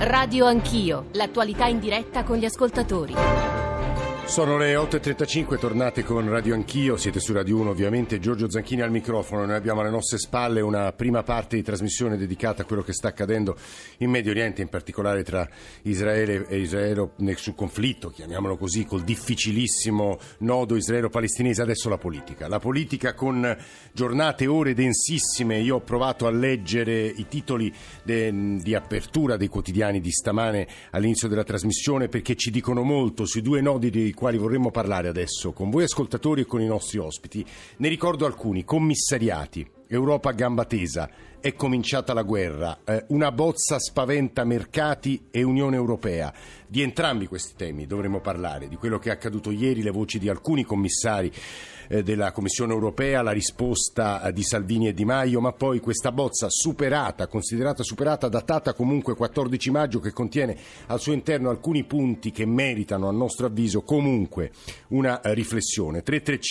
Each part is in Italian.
Radio Anch'io, l'attualità in diretta con gli ascoltatori. Sono le 8.35, tornate con Radio Anch'io, siete su Radio 1 ovviamente, Giorgio Zanchini al microfono. Noi abbiamo alle nostre spalle una prima parte di trasmissione dedicata a quello che sta accadendo in Medio Oriente, in particolare tra Israele e Israele sul conflitto, chiamiamolo così, col difficilissimo nodo israelo-palestinese. Adesso la politica con giornate, ore densissime. Io ho provato a leggere i titoli di apertura dei quotidiani di stamane all'inizio della trasmissione, perché ci dicono molto sui due nodi dei quali vorremmo parlare adesso con voi ascoltatori e con i nostri ospiti. Ne ricordo alcuni: commissariati, Europa a gamba tesa, è cominciata la guerra, una bozza spaventa mercati e Unione Europea. Di entrambi questi temi dovremmo parlare, di quello che è accaduto ieri, le voci di alcuni commissari della Commissione Europea, la risposta di Salvini e Di Maio, ma poi questa bozza considerata superata, datata comunque 14 maggio, che contiene al suo interno alcuni punti che meritano, a nostro avviso, comunque una riflessione.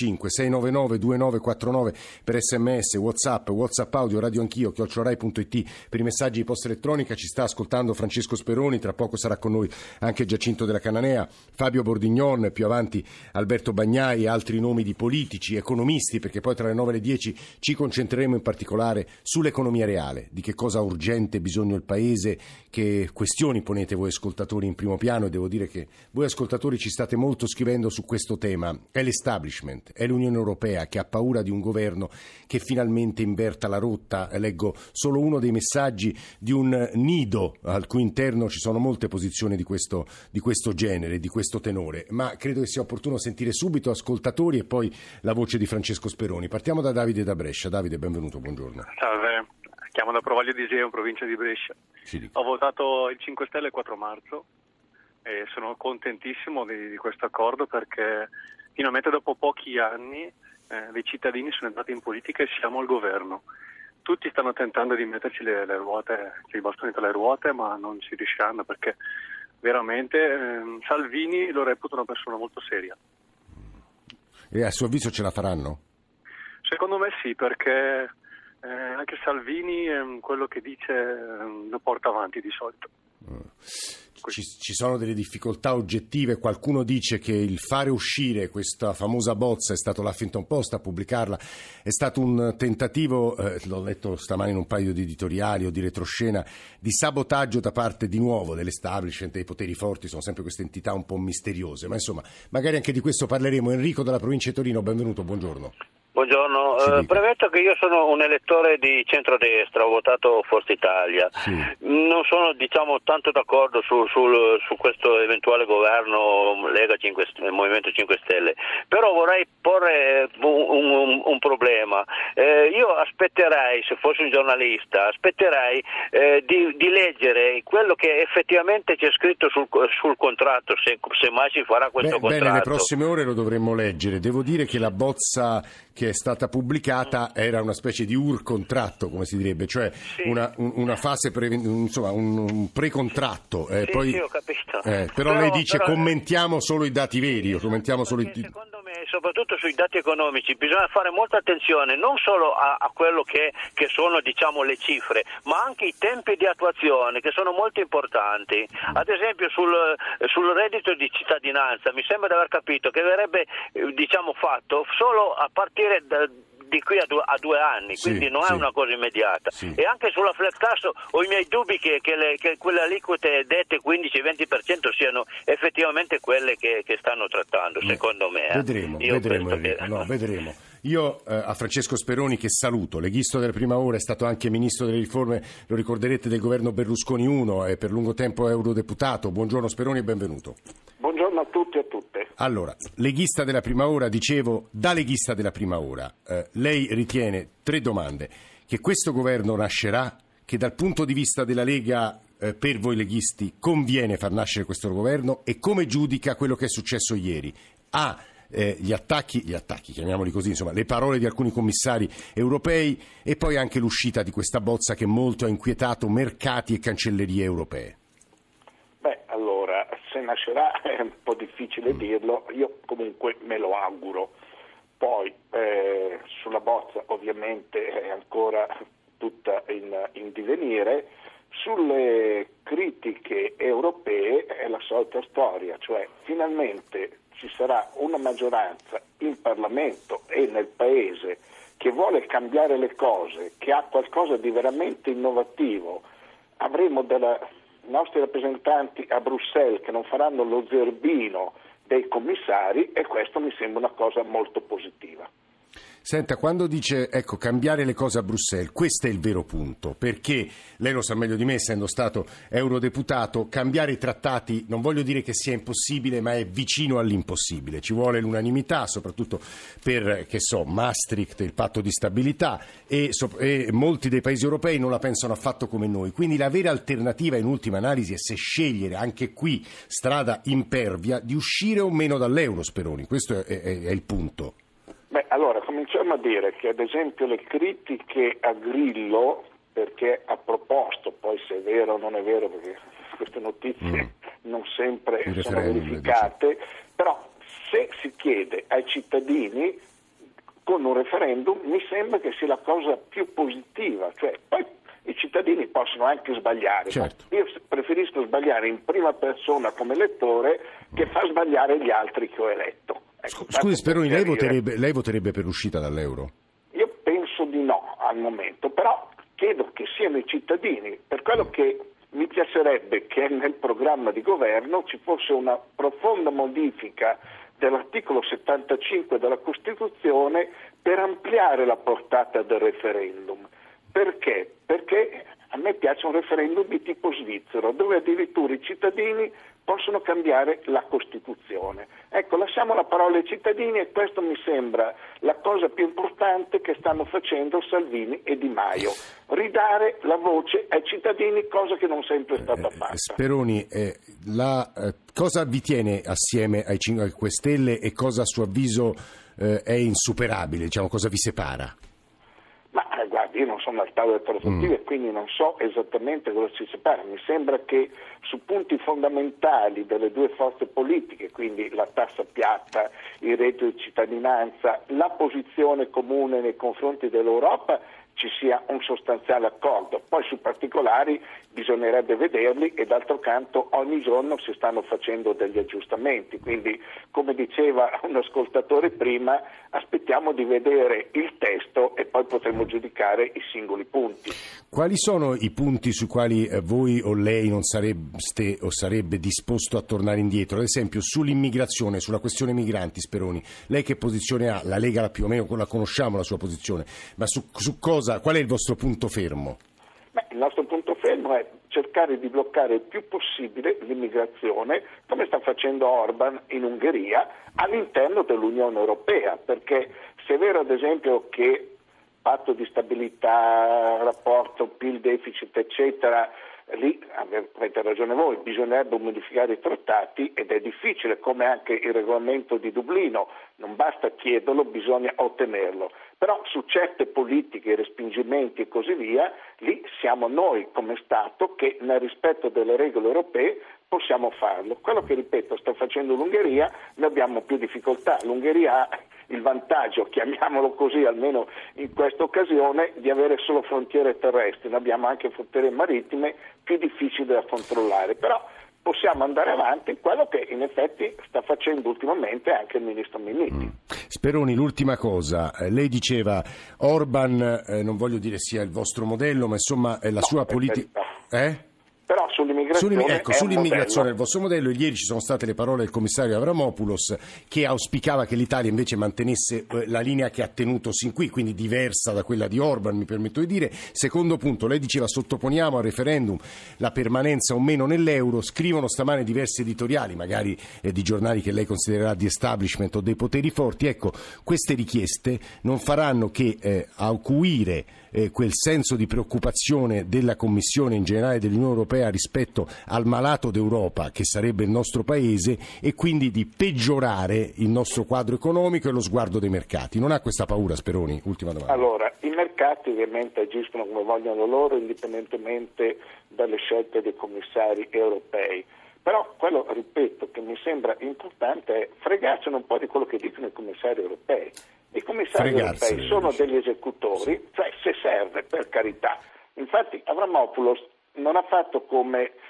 335-699-2949 per SMS, WhatsApp audio, Radio Anch'io, @rai.it per i messaggi di posta elettronica. Ci sta ascoltando Francesco Speroni, tra poco sarà con noi anche Giacinto della Cananea, Fabio Bordignon, più avanti Alberto Bagnai e altri nomi di politici, economisti, perché poi tra le 9 e le 10 ci concentreremo in particolare sull'economia reale, di che cosa ha urgente bisogno il Paese, che questioni ponete voi ascoltatori in primo piano, e devo dire che voi ascoltatori ci state molto scrivendo su questo tema. È l'establishment, è l'Unione Europea che ha paura di un governo che finalmente inverta la rotta. Leggo solo uno dei messaggi di un nido al cui interno ci sono molte posizioni di questo genere, di questo tenore, ma credo che sia opportuno sentire subito ascoltatori e poi la voce di Francesco Speroni. Partiamo da Davide da Brescia. Davide, benvenuto, buongiorno. Salve, chiamo da Provaglio di Iseo, in provincia di Brescia. Ho votato il 5 Stelle il 4 marzo e sono contentissimo di questo accordo, perché finalmente dopo pochi anni dei cittadini sono entrati in politica e siamo al governo. Tutti stanno tentando di metterci le ruote, i bastoni tra le ruote, ma non ci riusciranno, perché veramente Salvini lo reputo una persona molto seria. E a suo avviso ce la faranno? Secondo me sì, perché anche Salvini quello che dice lo porta avanti di solito. Ci sono delle difficoltà oggettive. Qualcuno dice che il fare uscire questa famosa bozza, è stato l'Huffington Post a pubblicarla, è stato un tentativo, l'ho letto stamani in un paio di editoriali o di retroscena, di sabotaggio da parte di nuovo dell'establishment, dei poteri forti. Sono sempre queste entità un po' misteriose, ma insomma magari anche di questo parleremo. Enrico dalla provincia di Torino, benvenuto, buongiorno. Buongiorno, premetto che io sono un elettore di centrodestra, ho votato Forza Italia. Sì. Non sono tanto d'accordo su questo eventuale governo Lega Movimento 5 Stelle, però vorrei porre un problema. Io aspetterei, se fossi un giornalista, di leggere quello che effettivamente c'è scritto sul contratto, se mai si farà questo contratto. Nelle prossime ore lo dovremmo leggere. Devo dire che la bozza che è stata pubblicata era una specie di contratto, come si direbbe, cioè sì, una fase un pre-contratto. Sì, poi, sì, ho capito. Però lei dice commentiamo solo i dati veri, commentiamo solo secondo me, soprattutto sui dati economici, bisogna fare molta attenzione non solo a quello che sono le cifre, ma anche i tempi di attuazione, che sono molto importanti. Ad esempio sul reddito di cittadinanza mi sembra di aver capito che verrebbe fatto solo a partire di qui a 2 anni, quindi non è una cosa immediata. Sì. E anche sulla flat tax ho i miei dubbi che quelle aliquote dette 15-20% siano effettivamente quelle che stanno trattando, secondo me. Vedremo. Vedremo. Io a Francesco Speroni, che saluto, leghista della prima ora, è stato anche ministro delle riforme, lo ricorderete, del governo Berlusconi 1 e per lungo tempo eurodeputato. Buongiorno Speroni e benvenuto. Buongiorno a tutti e a tutte. Allora, leghista della prima ora, dicevo, da leghista della prima ora, lei ritiene, 3 domande, che questo governo nascerà, che dal punto di vista della Lega, per voi leghisti, conviene far nascere questo governo, e come giudica quello che è successo ieri? Gli attacchi, chiamiamoli così, insomma, le parole di alcuni commissari europei, e poi anche l'uscita di questa bozza che molto ha inquietato mercati e cancellerie europee. Allora, se nascerà è un po' difficile dirlo, io comunque me lo auguro. Poi sulla bozza ovviamente è ancora tutta in divenire. Sulle critiche europee è la solita storia, cioè finalmente ci sarà una maggioranza in Parlamento e nel Paese che vuole cambiare le cose, che ha qualcosa di veramente innovativo. Avremo dei nostri rappresentanti a Bruxelles che non faranno lo zerbino dei commissari, e questo mi sembra una cosa molto positiva. Senta, quando dice cambiare le cose a Bruxelles, questo è il vero punto, perché lei lo sa meglio di me, essendo stato eurodeputato, cambiare i trattati non voglio dire che sia impossibile, ma è vicino all'impossibile. Ci vuole l'unanimità, soprattutto per, Maastricht, il patto di stabilità, e molti dei paesi europei non la pensano affatto come noi. Quindi la vera alternativa in ultima analisi è se scegliere anche qui, strada impervia, di uscire o meno dall'euro, Speroni. Questo è il punto. Beh, allora cominciamo a dire che ad esempio le critiche a Grillo, perché ha proposto, poi se è vero o non è vero, perché queste notizie non sempre sono verificate, però se si chiede ai cittadini con un referendum mi sembra che sia la cosa più positiva, cioè poi i cittadini possono anche sbagliare, certo. Io preferisco sbagliare in prima persona come elettore che far sbagliare gli altri che ho eletto. Scusi Speroni, lei voterebbe per l'uscita dall'euro? Io penso di no al momento, però chiedo che siano i cittadini. Per quello che mi piacerebbe che nel programma di governo ci fosse una profonda modifica dell'articolo 75 della Costituzione per ampliare la portata del referendum. Perché? Perché a me piace un referendum di tipo svizzero, dove addirittura i cittadini possono cambiare la Costituzione. Ecco, lasciamo la parola ai cittadini, e questo mi sembra la cosa più importante che stanno facendo Salvini e Di Maio. Ridare la voce ai cittadini, cosa che non sempre è stata fatta. Speroni, cosa vi tiene assieme ai 5 Stelle e cosa a suo avviso è insuperabile? Cosa vi separa? Ma guardi, io non sono al tavolo delle trattative e quindi non so esattamente cosa ci separa. Mi sembra che su punti fondamentali delle due forze politiche, quindi la tassa piatta, il reddito di cittadinanza, la posizione comune nei confronti dell'Europa, ci sia un sostanziale accordo. Poi su particolari bisognerebbe vederli, e d'altro canto ogni giorno si stanno facendo degli aggiustamenti, quindi come diceva un ascoltatore prima, aspettiamo di vedere il testo e poi potremo giudicare i singoli punti. Quali sono i punti sui quali voi o lei non sareste o sarebbe disposto a tornare indietro? Ad esempio sull'immigrazione, sulla questione migranti, Speroni, lei che posizione ha? La Lega più o meno la conosciamo la sua posizione, ma su cosa, qual è il vostro punto fermo? Il nostro punto fermo è cercare di bloccare il più possibile l'immigrazione, come sta facendo Orban in Ungheria, all'interno dell'Unione Europea, perché se è vero ad esempio che patto di stabilità, rapporto PIL-deficit eccetera, lì avete ragione voi, bisognerebbe modificare i trattati, ed è difficile, come anche il regolamento di Dublino, non basta chiederlo, bisogna ottenerlo. Però su certe politiche, respingimenti e così via, lì siamo noi come Stato che nel rispetto delle regole europee possiamo farlo. Quello che, ripeto, sta facendo l'Ungheria, noi abbiamo più difficoltà. L'Ungheria ha il vantaggio, chiamiamolo così almeno in questa occasione, di avere solo frontiere terrestri. Noi abbiamo anche frontiere marittime più difficili da controllare, però possiamo andare avanti, quello che in effetti sta facendo ultimamente anche il ministro Minniti. Speroni, l'ultima cosa, lei diceva Orban, non voglio dire sia il vostro modello, ma insomma la sua politica... Però sull'immigrazione è il vostro modello. Ieri ci sono state le parole del commissario Avramopoulos, che auspicava che l'Italia invece mantenesse la linea che ha tenuto sin qui, quindi diversa da quella di Orban, mi permetto di dire. Secondo punto, lei diceva sottoponiamo al referendum la permanenza o meno nell'euro. Scrivono stamane diversi editoriali, magari di giornali che lei considererà di establishment o dei poteri forti. Ecco, queste richieste non faranno che acuire quel senso di preoccupazione della Commissione in generale dell'Unione Europea rispetto al malato d'Europa che sarebbe il nostro paese, e quindi di peggiorare il nostro quadro economico e lo sguardo dei mercati. Non ha questa paura, Speroni? Ultima domanda. Allora, i mercati ovviamente agiscono come vogliono loro, indipendentemente dalle scelte dei commissari europei. Però quello, ripeto, che mi sembra importante è fregarcene un po' di quello che dicono i commissari europei. I commissari europei sono degli esecutori, cioè se serve, per carità. Infatti Avramopoulos non ha fatto come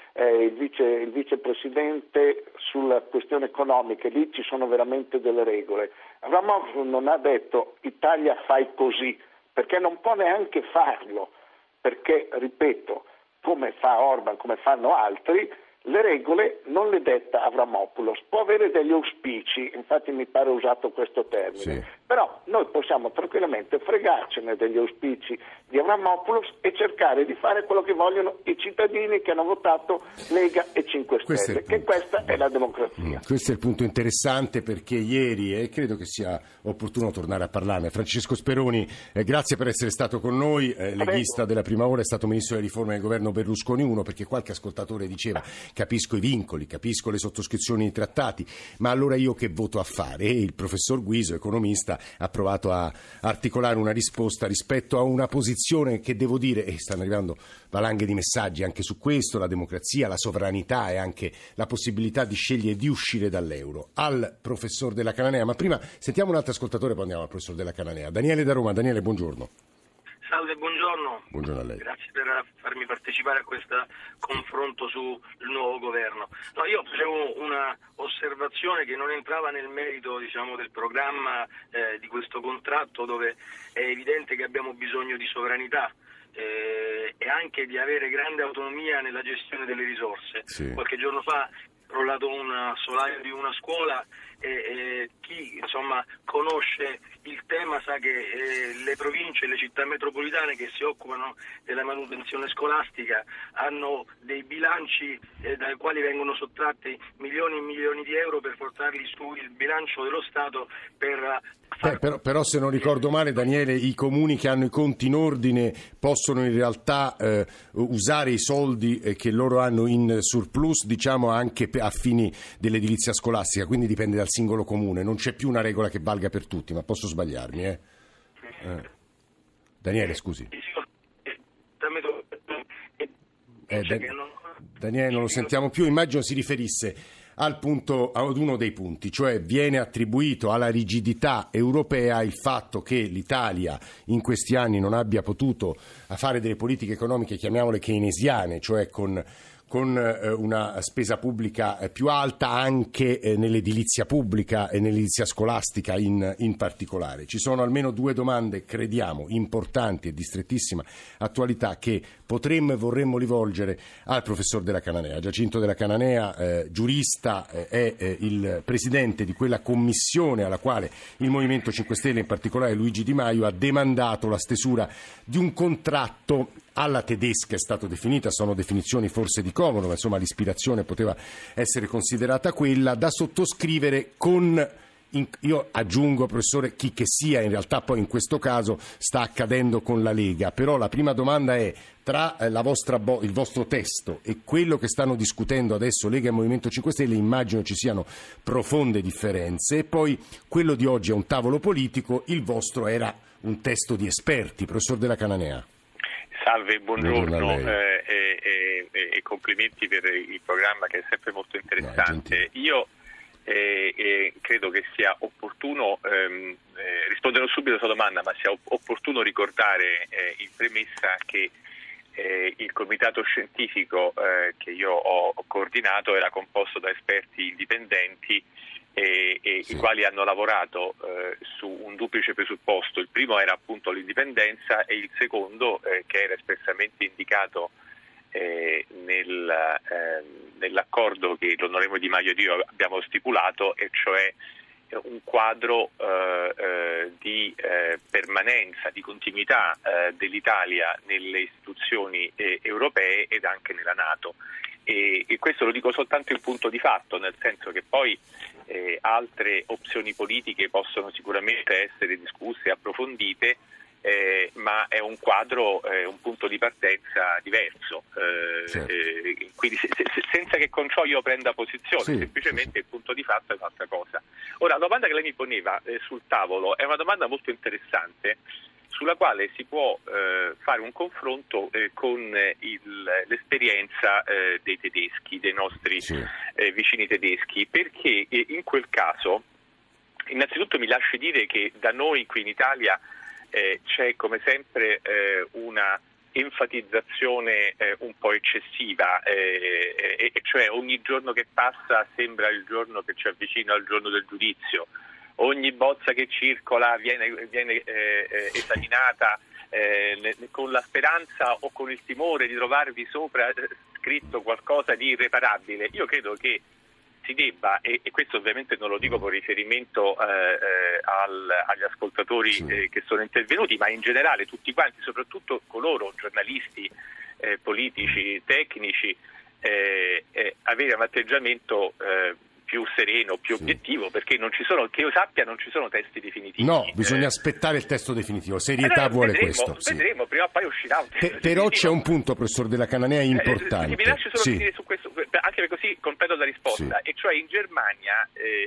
il vicepresidente sulla questione economica, lì ci sono veramente delle regole. Avramov non ha detto Italia fai così, perché non può neanche farlo, perché, ripeto, come fa Orban, come fanno altri, le regole non le detta Avramopoulos, può avere degli auspici, infatti mi pare usato questo termine, però noi possiamo tranquillamente fregarcene degli auspici di Avramopoulos e cercare di fare quello che vogliono i cittadini che hanno votato Lega e 5 Stelle, che questa è la democrazia. Questo è il punto interessante, perché ieri, e credo che sia opportuno tornare a parlarne, Francesco Speroni, grazie per essere stato con noi, leghista della prima ora, è stato ministro delle riforme del governo Berlusconi 1, perché qualche ascoltatore diceva capisco i vincoli, capisco le sottoscrizioni di trattati, ma allora io che voto a fare? E il professor Guiso, economista, ha provato a articolare una risposta rispetto a una posizione che, devo dire, e stanno arrivando valanghe di messaggi anche su questo, la democrazia, la sovranità e anche la possibilità di scegliere di uscire dall'euro, al professor Della Cananea. Ma prima sentiamo un altro ascoltatore, poi andiamo al professor Della Cananea. Daniele da Roma. Daniele, buongiorno. Salve, buongiorno. Buongiorno a lei. Grazie per farmi partecipare a questo confronto sul nuovo governo. No, io facevo una osservazione che non entrava nel merito, del programma di questo contratto, dove è evidente che abbiamo bisogno di sovranità e anche di avere grande autonomia nella gestione delle risorse. Sì. Qualche giorno fa è crollato un solaio di una scuola e chi conosce il tema sa che le province e le città metropolitane che si occupano della manutenzione scolastica hanno dei bilanci dai quali vengono sottratti milioni e milioni di euro per portarli sul bilancio dello Stato però se non ricordo male, Daniele, i comuni che hanno i conti in ordine possono in realtà usare i soldi che loro hanno in surplus, anche a fini dell'edilizia scolastica, quindi dipende dal singolo comune, non c'è più una regola che valga per tutti, ma posso sbagliarmi, Daniele, scusi. Daniele, non lo sentiamo più, immagino si riferisse ad uno dei punti, cioè viene attribuito alla rigidità europea il fatto che l'Italia in questi anni non abbia potuto fare delle politiche economiche, chiamiamole keynesiane, cioè con una spesa pubblica più alta anche nell'edilizia pubblica e nell'edilizia scolastica in particolare. Ci sono almeno due domande, crediamo, importanti e di strettissima attualità che potremmo e vorremmo rivolgere al professor Della Cananea. Giacinto Della Cananea, giurista, è il presidente di quella commissione alla quale il Movimento 5 Stelle, in particolare Luigi Di Maio, ha demandato la stesura di un contratto alla tedesca, è stato definita, sono definizioni forse di comodo, ma insomma l'ispirazione poteva essere considerata quella, da sottoscrivere con, io aggiungo, professore, chi che sia, in realtà poi in questo caso sta accadendo con la Lega, però la prima domanda è: tra il vostro testo e quello che stanno discutendo adesso Lega e Movimento 5 Stelle immagino ci siano profonde differenze, e poi quello di oggi è un tavolo politico, il vostro era un testo di esperti. Professor Della Cananea. Salve, buongiorno e complimenti per il programma, che è sempre molto interessante. Io credo che sia opportuno, risponderò subito alla sua domanda, ma sia opportuno ricordare in premessa che il comitato scientifico che io ho coordinato era composto da esperti indipendenti i quali hanno lavorato su un duplice presupposto. Il primo era appunto l'indipendenza, e il secondo, che era espressamente indicato nell'accordo che l'onorevole Di Maio ed io abbiamo stipulato, e cioè un quadro di permanenza, di continuità dell'Italia nelle istituzioni europee ed anche nella NATO. E questo lo dico soltanto in punto di fatto, nel senso che poi altre opzioni politiche possono sicuramente essere discusse e approfondite, ma è un quadro, un punto di partenza diverso, quindi senza che con ciò io prenda posizione, semplicemente il punto di fatto è un'altra cosa. Ora, la domanda che lei mi poneva sul tavolo è una domanda molto interessante, sulla quale si può fare un confronto con l'esperienza dei tedeschi, dei nostri vicini tedeschi, perché in quel caso, innanzitutto mi lasci dire che da noi qui in Italia c'è come sempre una enfatizzazione un po' eccessiva, e cioè ogni giorno che passa sembra il giorno che ci avvicina al giorno del giudizio, ogni bozza che circola viene esaminata con la speranza o con il timore di trovarvi sopra scritto qualcosa di irreparabile. Io credo che si debba, e questo ovviamente non lo dico con riferimento agli ascoltatori che sono intervenuti, ma in generale tutti quanti, soprattutto coloro, giornalisti, politici, tecnici, avere un atteggiamento più sereno, più obiettivo, perché non ci sono, che io sappia, non ci sono testi definitivi. No, bisogna aspettare il testo definitivo. Serietà vuole questo. Vedremo, prima o poi uscirà un testo però c'è un punto, professor Della Cananea, importante. Mi lascio solo finire su questo, anche così completo la risposta, e cioè in Germania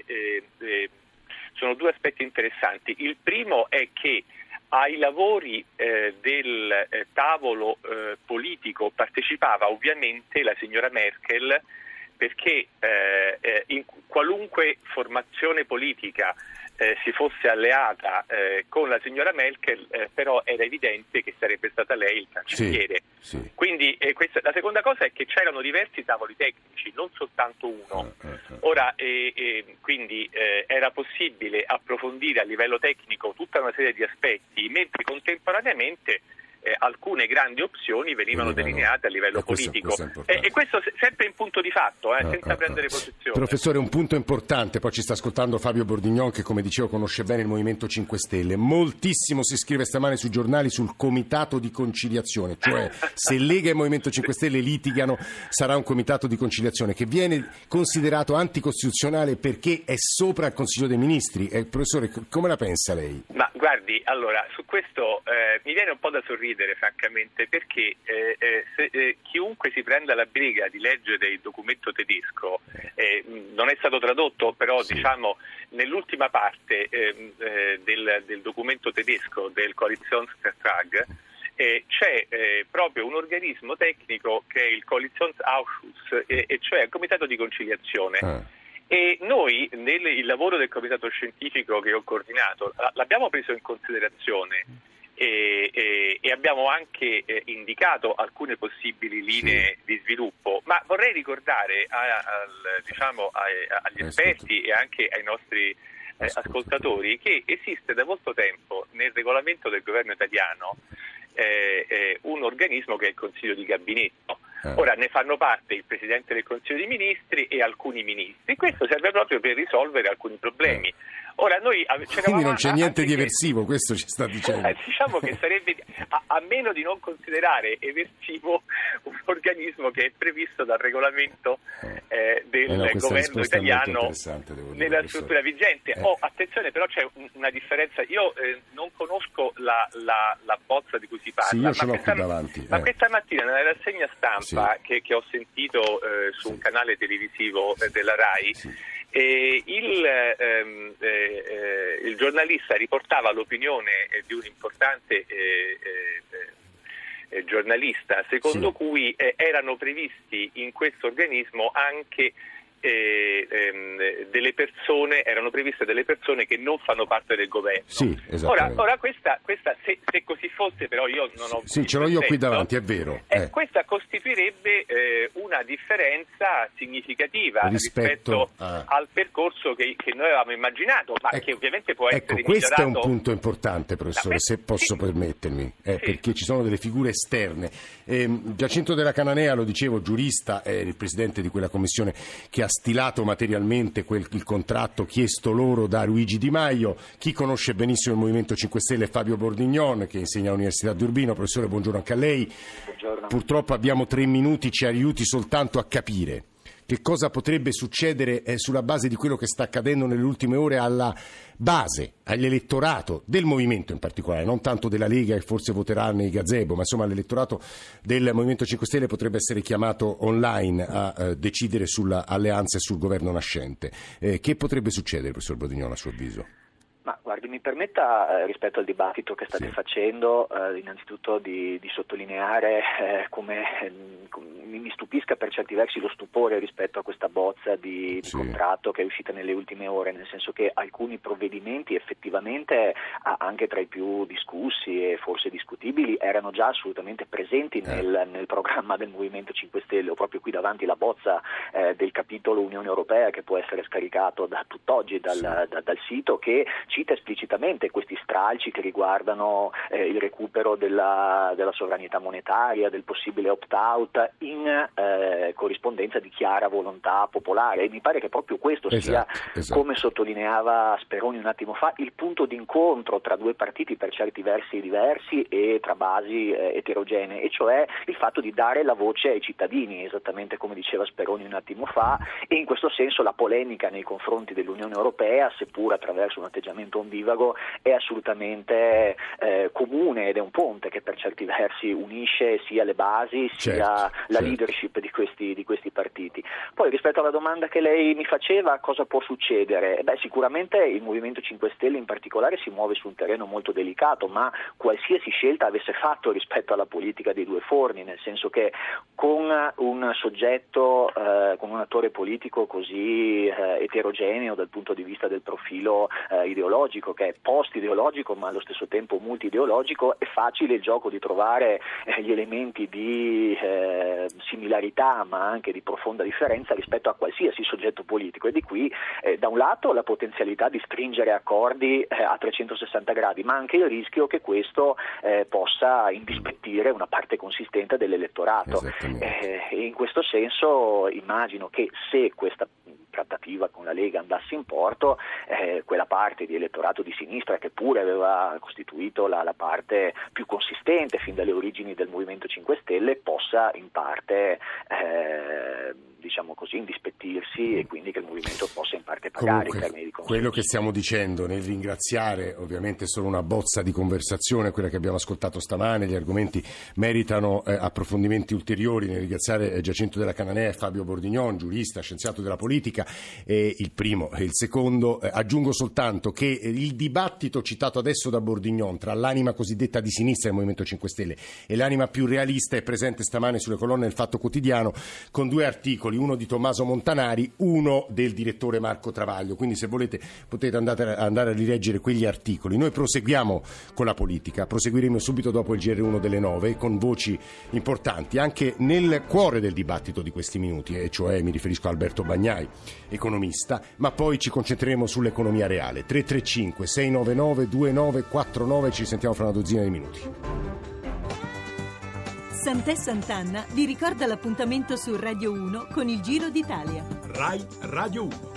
sono due aspetti interessanti. Il primo è che ai lavori del tavolo politico partecipava ovviamente la signora Merkel, perché in qualunque formazione politica si fosse alleata con la signora Merkel, però era evidente che sarebbe stata lei il cancelliere. Quindi la seconda cosa è che c'erano diversi tavoli tecnici, non soltanto uno. Ora, quindi era possibile approfondire a livello tecnico tutta una serie di aspetti, mentre contemporaneamente alcune grandi opzioni venivano delineate a livello politico, e questo sempre in punto di fatto, senza prendere posizione. Professore, un punto importante, poi ci sta ascoltando Fabio Bordignon, che come dicevo conosce bene il Movimento 5 Stelle. Moltissimo si scrive stamane sui giornali sul comitato di conciliazione, cioè se Lega e Movimento 5 Stelle litigano sarà un comitato di conciliazione che viene considerato anticostituzionale perché è sopra il Consiglio dei Ministri. Professore, come la pensa lei? Ma guardi, allora, su questo mi viene un po' da sorridere, francamente, perché chiunque si prenda la briga di leggere il documento tedesco, non è stato tradotto, però diciamo nell'ultima parte del documento tedesco del Koalitionsvertrag c'è proprio un organismo tecnico che è il Koalitionsausschuss, e cioè il comitato di conciliazione. E noi nel lavoro del comitato scientifico che ho coordinato l'abbiamo preso in considerazione e abbiamo anche indicato alcune possibili linee di sviluppo, ma vorrei ricordare agli esperti e anche ai nostri ascoltatori che esiste da molto tempo nel regolamento del governo italiano un organismo che è il Consiglio di Gabinetto. Ora ne fanno parte il Presidente del Consiglio dei Ministri e alcuni ministri. Questo serve proprio per risolvere alcuni problemi. Ora noi quindi non c'è niente di eversivo, questo ci sta dicendo. Diciamo che sarebbe, a meno di non considerare eversivo un organismo che è previsto dal regolamento del governo italiano nella struttura vigente. Attenzione, però c'è una differenza. Io non conosco la bozza di cui si parla. Sì, io ce l'ho qui davanti. Ma questa mattina nella rassegna stampa che ho sentito su un canale televisivo della RAI, il giornalista riportava l'opinione di un importante giornalista secondo cui erano previsti in questo organismo anche delle persone che non fanno parte del governo. Ora questa se così fosse, però io non ho ce l'ho io qui davanti, è vero. Questa costituirebbe una differenza significativa rispetto al percorso che noi avevamo immaginato, ma che ovviamente può essere migliorato. Questo è un punto importante, professore, se posso permettermi, perché ci sono delle figure esterne. Giacinto Della Cananea, lo dicevo, giurista, è il presidente di quella commissione che ha stilato materialmente il contratto chiesto loro da Luigi Di Maio. Chi conosce benissimo il Movimento 5 Stelle è Fabio Bordignon, che insegna all'Università di Urbino. Professore, buongiorno anche a lei. Buongiorno. Purtroppo abbiamo 3 minuti, ci aiuti soltanto a capire che cosa potrebbe succedere sulla base di quello che sta accadendo nelle ultime ore alla base, all'elettorato del Movimento in particolare, non tanto della Lega che forse voterà nei gazebo, ma insomma l'elettorato del Movimento 5 Stelle potrebbe essere chiamato online a decidere sull'alleanza e sul governo nascente. Che potrebbe succedere, professor Bordignon, a suo avviso? Ma guardi, mi permetta, rispetto al dibattito che state facendo, innanzitutto di sottolineare come mi stupisca per certi versi lo stupore rispetto a questa bozza di contratto che è uscita nelle ultime ore, nel senso che alcuni provvedimenti effettivamente, anche tra i più discussi e forse discutibili, erano già assolutamente presenti nel programma del Movimento 5 Stelle. Ho proprio qui davanti la bozza del capitolo Unione Europea, che può essere scaricato da tutt'oggi dal sito, che cita esplicitamente questi stralci che riguardano il recupero della sovranità monetaria, del possibile opt-out in corrispondenza di chiara volontà popolare, e mi pare che proprio questo sia, come sottolineava Speroni un attimo fa, il punto d'incontro tra due partiti per certi versi diversi e tra basi eterogenee, e cioè il fatto di dare la voce ai cittadini, esattamente come diceva Speroni un attimo fa, e in questo senso la polemica nei confronti dell'Unione Europea, seppur attraverso un atteggiamento ondivago, è assolutamente comune, ed è un ponte che per certi versi unisce sia le basi sia la leadership di questi partiti. Poi, rispetto alla domanda che lei mi faceva, cosa può succedere? Sicuramente il Movimento 5 Stelle in particolare si muove su un terreno molto delicato, ma qualsiasi scelta avesse fatto rispetto alla politica dei due forni, nel senso che con un soggetto, con un attore politico così eterogeneo dal punto di vista del profilo ideologico, che è post-ideologico ma allo stesso tempo multi-ideologico, è facile il gioco di trovare gli elementi di similarità ma anche di profonda differenza rispetto a qualsiasi soggetto politico, e di qui da un lato la potenzialità di stringere accordi a 360 gradi, ma anche il rischio che questo possa indispettire una parte consistente dell'elettorato, e in questo senso immagino che se questa trattativa con la Lega andasse in porto, quella parte di elettorato di sinistra che pure aveva costituito la parte più consistente fin dalle origini del Movimento 5 Stelle possa in parte diciamo così indispettirsi, e quindi che il movimento possa in parte pagare in termini di consenso. Quello che stiamo dicendo nel ringraziare ovviamente solo una bozza di conversazione, quella che abbiamo ascoltato stamane, gli argomenti meritano approfondimenti ulteriori, nel ringraziare Giacinto Della Cananea e Fabio Bordignon, giurista, scienziato della politica, il primo e il secondo. Aggiungo soltanto che il dibattito citato adesso da Bordignon tra l'anima cosiddetta di sinistra del Movimento 5 Stelle e l'anima più realista è presente stamane sulle colonne del Fatto Quotidiano, con due articoli, uno di Tommaso Montanari, uno del direttore Marco Travaglio, quindi se volete potete andare a rileggere quegli articoli. Noi proseguiamo con la politica, proseguiremo subito dopo il GR1 delle 9 con voci importanti anche nel cuore del dibattito di questi minuti, e cioè mi riferisco a Alberto Bagnai, economista, ma poi ci concentreremo sull'economia reale. 335 699 2949, ci sentiamo fra una dozzina di minuti. Sant'È Sant'Anna vi ricorda l'appuntamento su Radio 1 con il Giro d'Italia. Rai Radio 1.